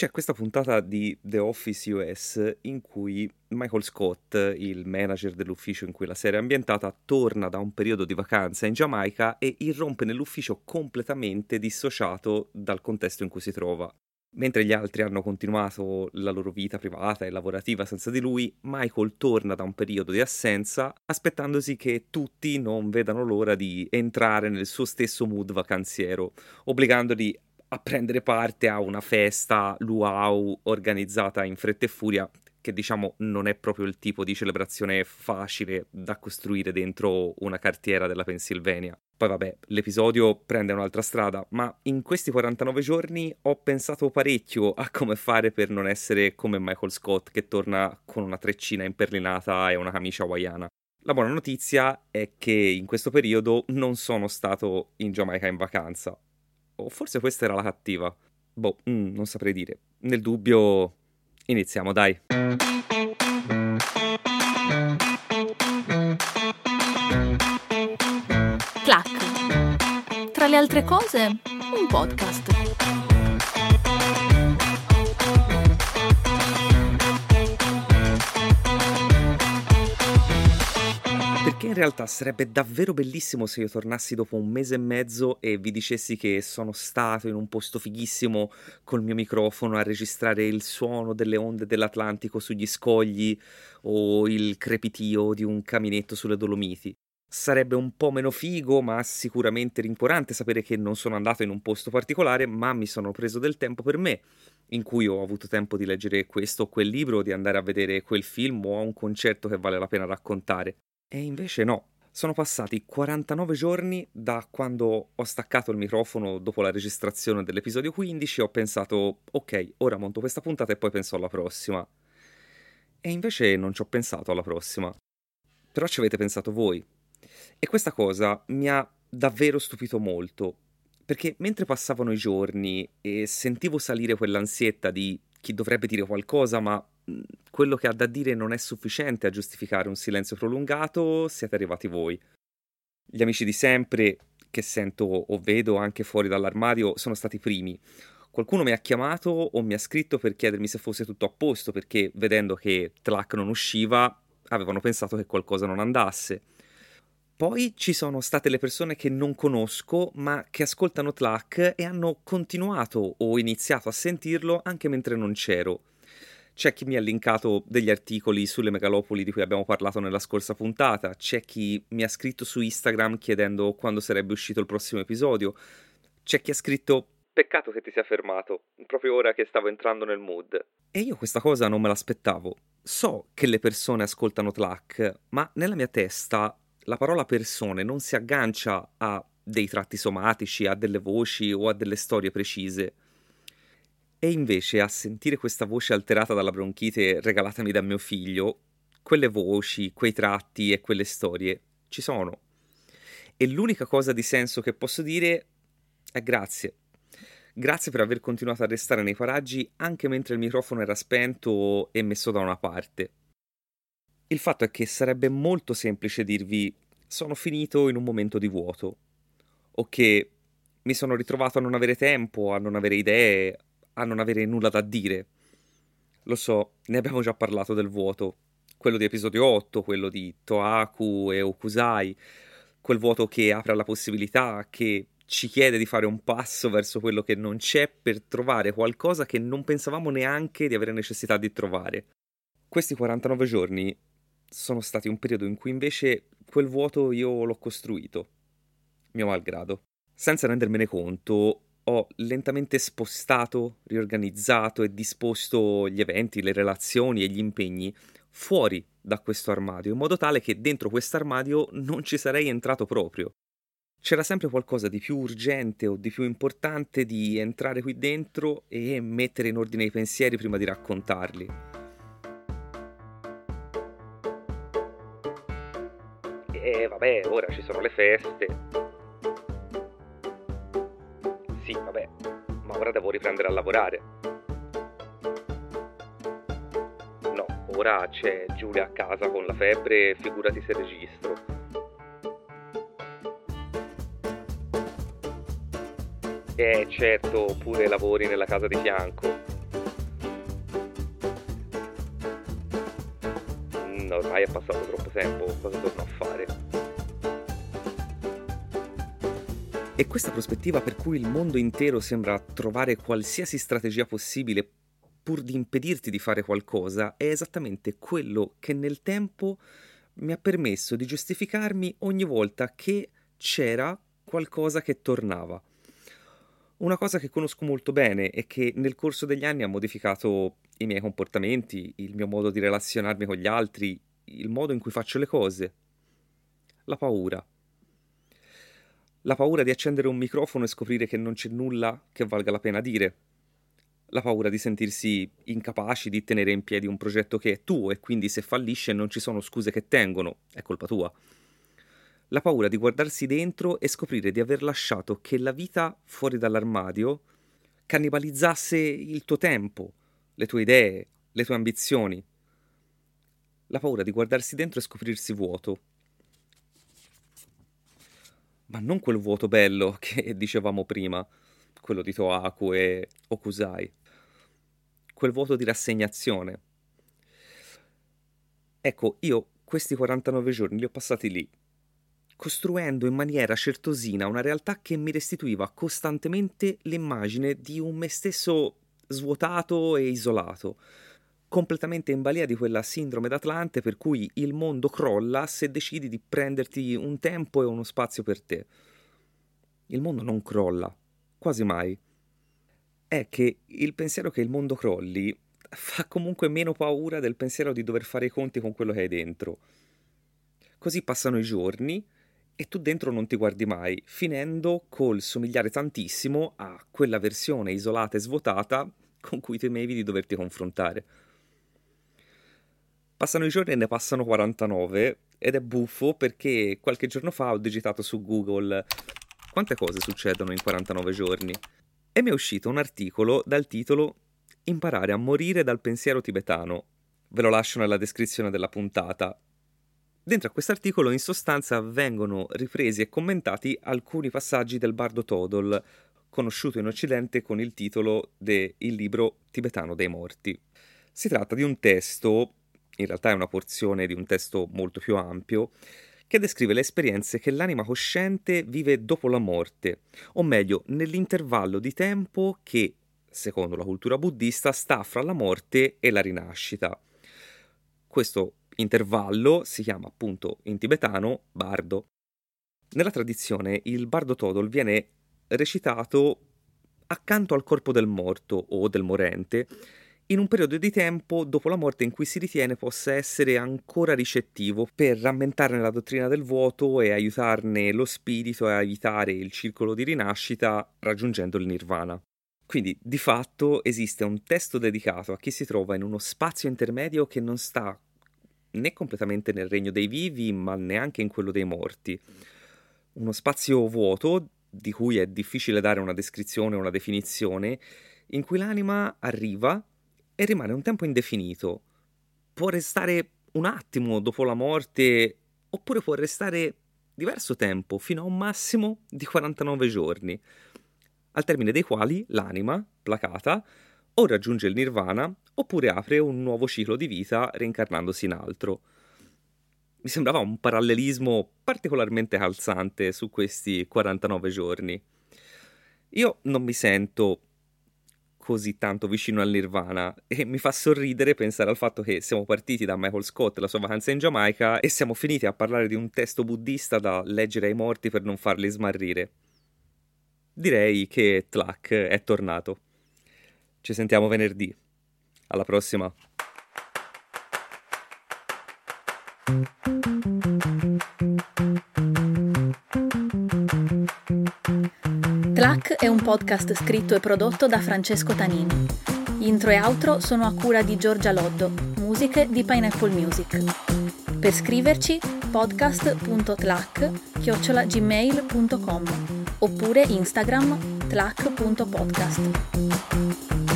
C'è questa puntata di The Office US in cui Michael Scott, il manager dell'ufficio in cui la serie è ambientata, torna da un periodo di vacanza in Giamaica e irrompe nell'ufficio completamente dissociato dal contesto in cui si trova. Mentre gli altri hanno continuato la loro vita privata e lavorativa senza di lui, Michael torna da un periodo di assenza, aspettandosi che tutti non vedano l'ora di entrare nel suo stesso mood vacanziero, obbligandoli a prendere parte a una festa luau organizzata in fretta e furia, che diciamo non è proprio il tipo di celebrazione facile da costruire dentro una cartiera della Pennsylvania. Poi vabbè, l'episodio prende un'altra strada, ma in questi 49 giorni ho pensato parecchio a come fare per non essere come Michael Scott, che torna con una treccina imperlinata e una camicia hawaiana. La buona notizia è che in questo periodo non sono stato in Giamaica in vacanza. O forse questa era la cattiva. Non saprei dire. Nel dubbio, iniziamo, dai. Clack. Tra le altre cose, un podcast. Perché in realtà sarebbe davvero bellissimo se io tornassi dopo un mese e mezzo e vi dicessi che sono stato in un posto fighissimo col mio microfono a registrare il suono delle onde dell'Atlantico sugli scogli o il crepitio di un caminetto sulle Dolomiti. Sarebbe un po' meno figo, ma sicuramente rincuorante sapere che non sono andato in un posto particolare, ma mi sono preso del tempo per me, in cui ho avuto tempo di leggere questo o quel libro, di andare a vedere quel film o a un concerto che vale la pena raccontare. E invece no, sono passati 49 giorni da quando ho staccato il microfono dopo la registrazione dell'episodio 15 e ho pensato, ok, ora monto questa puntata e poi penso alla prossima. E invece non ci ho pensato alla prossima. Però ci avete pensato voi. E questa cosa mi ha davvero stupito molto, perché mentre passavano i giorni e sentivo salire quell'ansietta di chi dovrebbe dire qualcosa, ma quello che ha da dire non è sufficiente a giustificare un silenzio prolungato, siete arrivati voi. Gli amici di sempre, che sento o vedo anche fuori dall'armadio, sono stati i primi. Qualcuno mi ha chiamato o mi ha scritto per chiedermi se fosse tutto a posto, perché vedendo che Tlac non usciva, avevano pensato che qualcosa non andasse. Poi ci sono state le persone che non conosco, ma che ascoltano Tlac e hanno continuato o iniziato a sentirlo anche mentre non c'ero. C'è chi mi ha linkato degli articoli sulle megalopoli di cui abbiamo parlato nella scorsa puntata, c'è chi mi ha scritto su Instagram chiedendo quando sarebbe uscito il prossimo episodio, c'è chi ha scritto «Peccato che ti sia fermato, proprio ora che stavo entrando nel mood». E io questa cosa non me l'aspettavo. So che le persone ascoltano Tlac, ma nella mia testa la parola persone non si aggancia a dei tratti somatici, a delle voci o a delle storie precise. E invece a sentire questa voce alterata dalla bronchite regalatami da mio figlio, quelle voci, quei tratti e quelle storie ci sono. E l'unica cosa di senso che posso dire è grazie. Grazie per aver continuato a restare nei paraggi anche mentre il microfono era spento e messo da una parte. Il fatto è che sarebbe molto semplice dirvi sono finito in un momento di vuoto, o che mi sono ritrovato a non avere tempo, a non avere idee, a non avere nulla da dire. Lo so, ne abbiamo già parlato del vuoto, quello di episodio 8, quello di Tohaku e Okusai, quel vuoto che apre alla possibilità, che ci chiede di fare un passo verso quello che non c'è per trovare qualcosa che non pensavamo neanche di avere necessità di trovare. Questi 49 giorni sono stati un periodo in cui invece quel vuoto io l'ho costruito, mio malgrado. Senza rendermene conto, ho lentamente spostato, riorganizzato e disposto gli eventi, le relazioni e gli impegni fuori da questo armadio, in modo tale che dentro quest'armadio non ci sarei entrato proprio. C'era sempre qualcosa di più urgente o di più importante di entrare qui dentro e mettere in ordine i pensieri prima di raccontarli. E vabbè, ora ci sono le feste. Sì, vabbè, ma ora devo riprendere a lavorare. No, ora c'è Giulia a casa con la febbre, figurati se registro. Certo, pure lavori nella casa di fianco. ormai è passato troppo tempo, cosa torno a fare? E questa prospettiva per cui il mondo intero sembra trovare qualsiasi strategia possibile pur di impedirti di fare qualcosa è esattamente quello che nel tempo mi ha permesso di giustificarmi ogni volta che c'era qualcosa che tornava. Una cosa che conosco molto bene e che nel corso degli anni ha modificato i miei comportamenti, il mio modo di relazionarmi con gli altri, il modo in cui faccio le cose. La paura. La paura di accendere un microfono e scoprire che non c'è nulla che valga la pena dire. La paura di sentirsi incapaci di tenere in piedi un progetto che è tuo e quindi se fallisce non ci sono scuse che tengono, è colpa tua. La paura di guardarsi dentro e scoprire di aver lasciato che la vita fuori dall'armadio cannibalizzasse il tuo tempo, le tue idee, le tue ambizioni. La paura di guardarsi dentro e scoprirsi vuoto. Ma non quel vuoto bello che dicevamo prima, quello di Toaku e Okusai. Quel vuoto di rassegnazione. Ecco, io questi 49 giorni li ho passati lì, costruendo in maniera certosina una realtà che mi restituiva costantemente l'immagine di un me stesso svuotato e isolato, completamente in balia di quella sindrome d'Atlante per cui il mondo crolla se decidi di prenderti un tempo e uno spazio per te. Il mondo non crolla, quasi mai. È che il pensiero che il mondo crolli fa comunque meno paura del pensiero di dover fare i conti con quello che hai dentro. Così passano i giorni e tu dentro non ti guardi mai, finendo col somigliare tantissimo a quella versione isolata e svuotata con cui temevi di doverti confrontare. Passano i giorni e ne passano 49 ed è buffo perché qualche giorno fa ho digitato su Google quante cose succedono in 49 giorni e mi è uscito un articolo dal titolo Imparare a morire dal pensiero tibetano. Ve lo lascio nella descrizione della puntata. Dentro a quest'articolo in sostanza vengono ripresi e commentati alcuni passaggi del Bardo Thodol, conosciuto in Occidente con il titolo de Il libro tibetano dei morti. Si tratta di un testo, in realtà è una porzione di un testo molto più ampio, che descrive le esperienze che l'anima cosciente vive dopo la morte, o meglio, nell'intervallo di tempo che, secondo la cultura buddista, sta fra la morte e la rinascita. Questo intervallo si chiama appunto in tibetano bardo. Nella tradizione il Bardo Thodol viene recitato accanto al corpo del morto o del morente in un periodo di tempo dopo la morte in cui si ritiene possa essere ancora ricettivo per rammentarne la dottrina del vuoto e aiutarne lo spirito a evitare il circolo di rinascita raggiungendo il nirvana. Quindi, di fatto, esiste un testo dedicato a chi si trova in uno spazio intermedio che non sta né completamente nel regno dei vivi, ma neanche in quello dei morti. Uno spazio vuoto, di cui è difficile dare una descrizione o una definizione, in cui l'anima arriva e rimane un tempo indefinito. Può restare un attimo dopo la morte, oppure può restare diverso tempo, fino a un massimo di 49 giorni, al termine dei quali l'anima, placata, o raggiunge il nirvana, oppure apre un nuovo ciclo di vita reincarnandosi in altro. Mi sembrava un parallelismo particolarmente calzante su questi 49 giorni. Io non mi sento così tanto vicino al nirvana e mi fa sorridere pensare al fatto che siamo partiti da Michael Scott e la sua vacanza in Giamaica e siamo finiti a parlare di un testo buddista da leggere ai morti per non farli smarrire. Direi che Tlak è tornato. Ci sentiamo venerdì. Alla prossima. Tlak è un podcast scritto e prodotto da Francesco Tanini. Intro e outro sono a cura di Giorgia Loddo, musiche di Pineapple Music. Per scriverci podcast.tlak@gmail.com oppure Instagram tlak.podcast.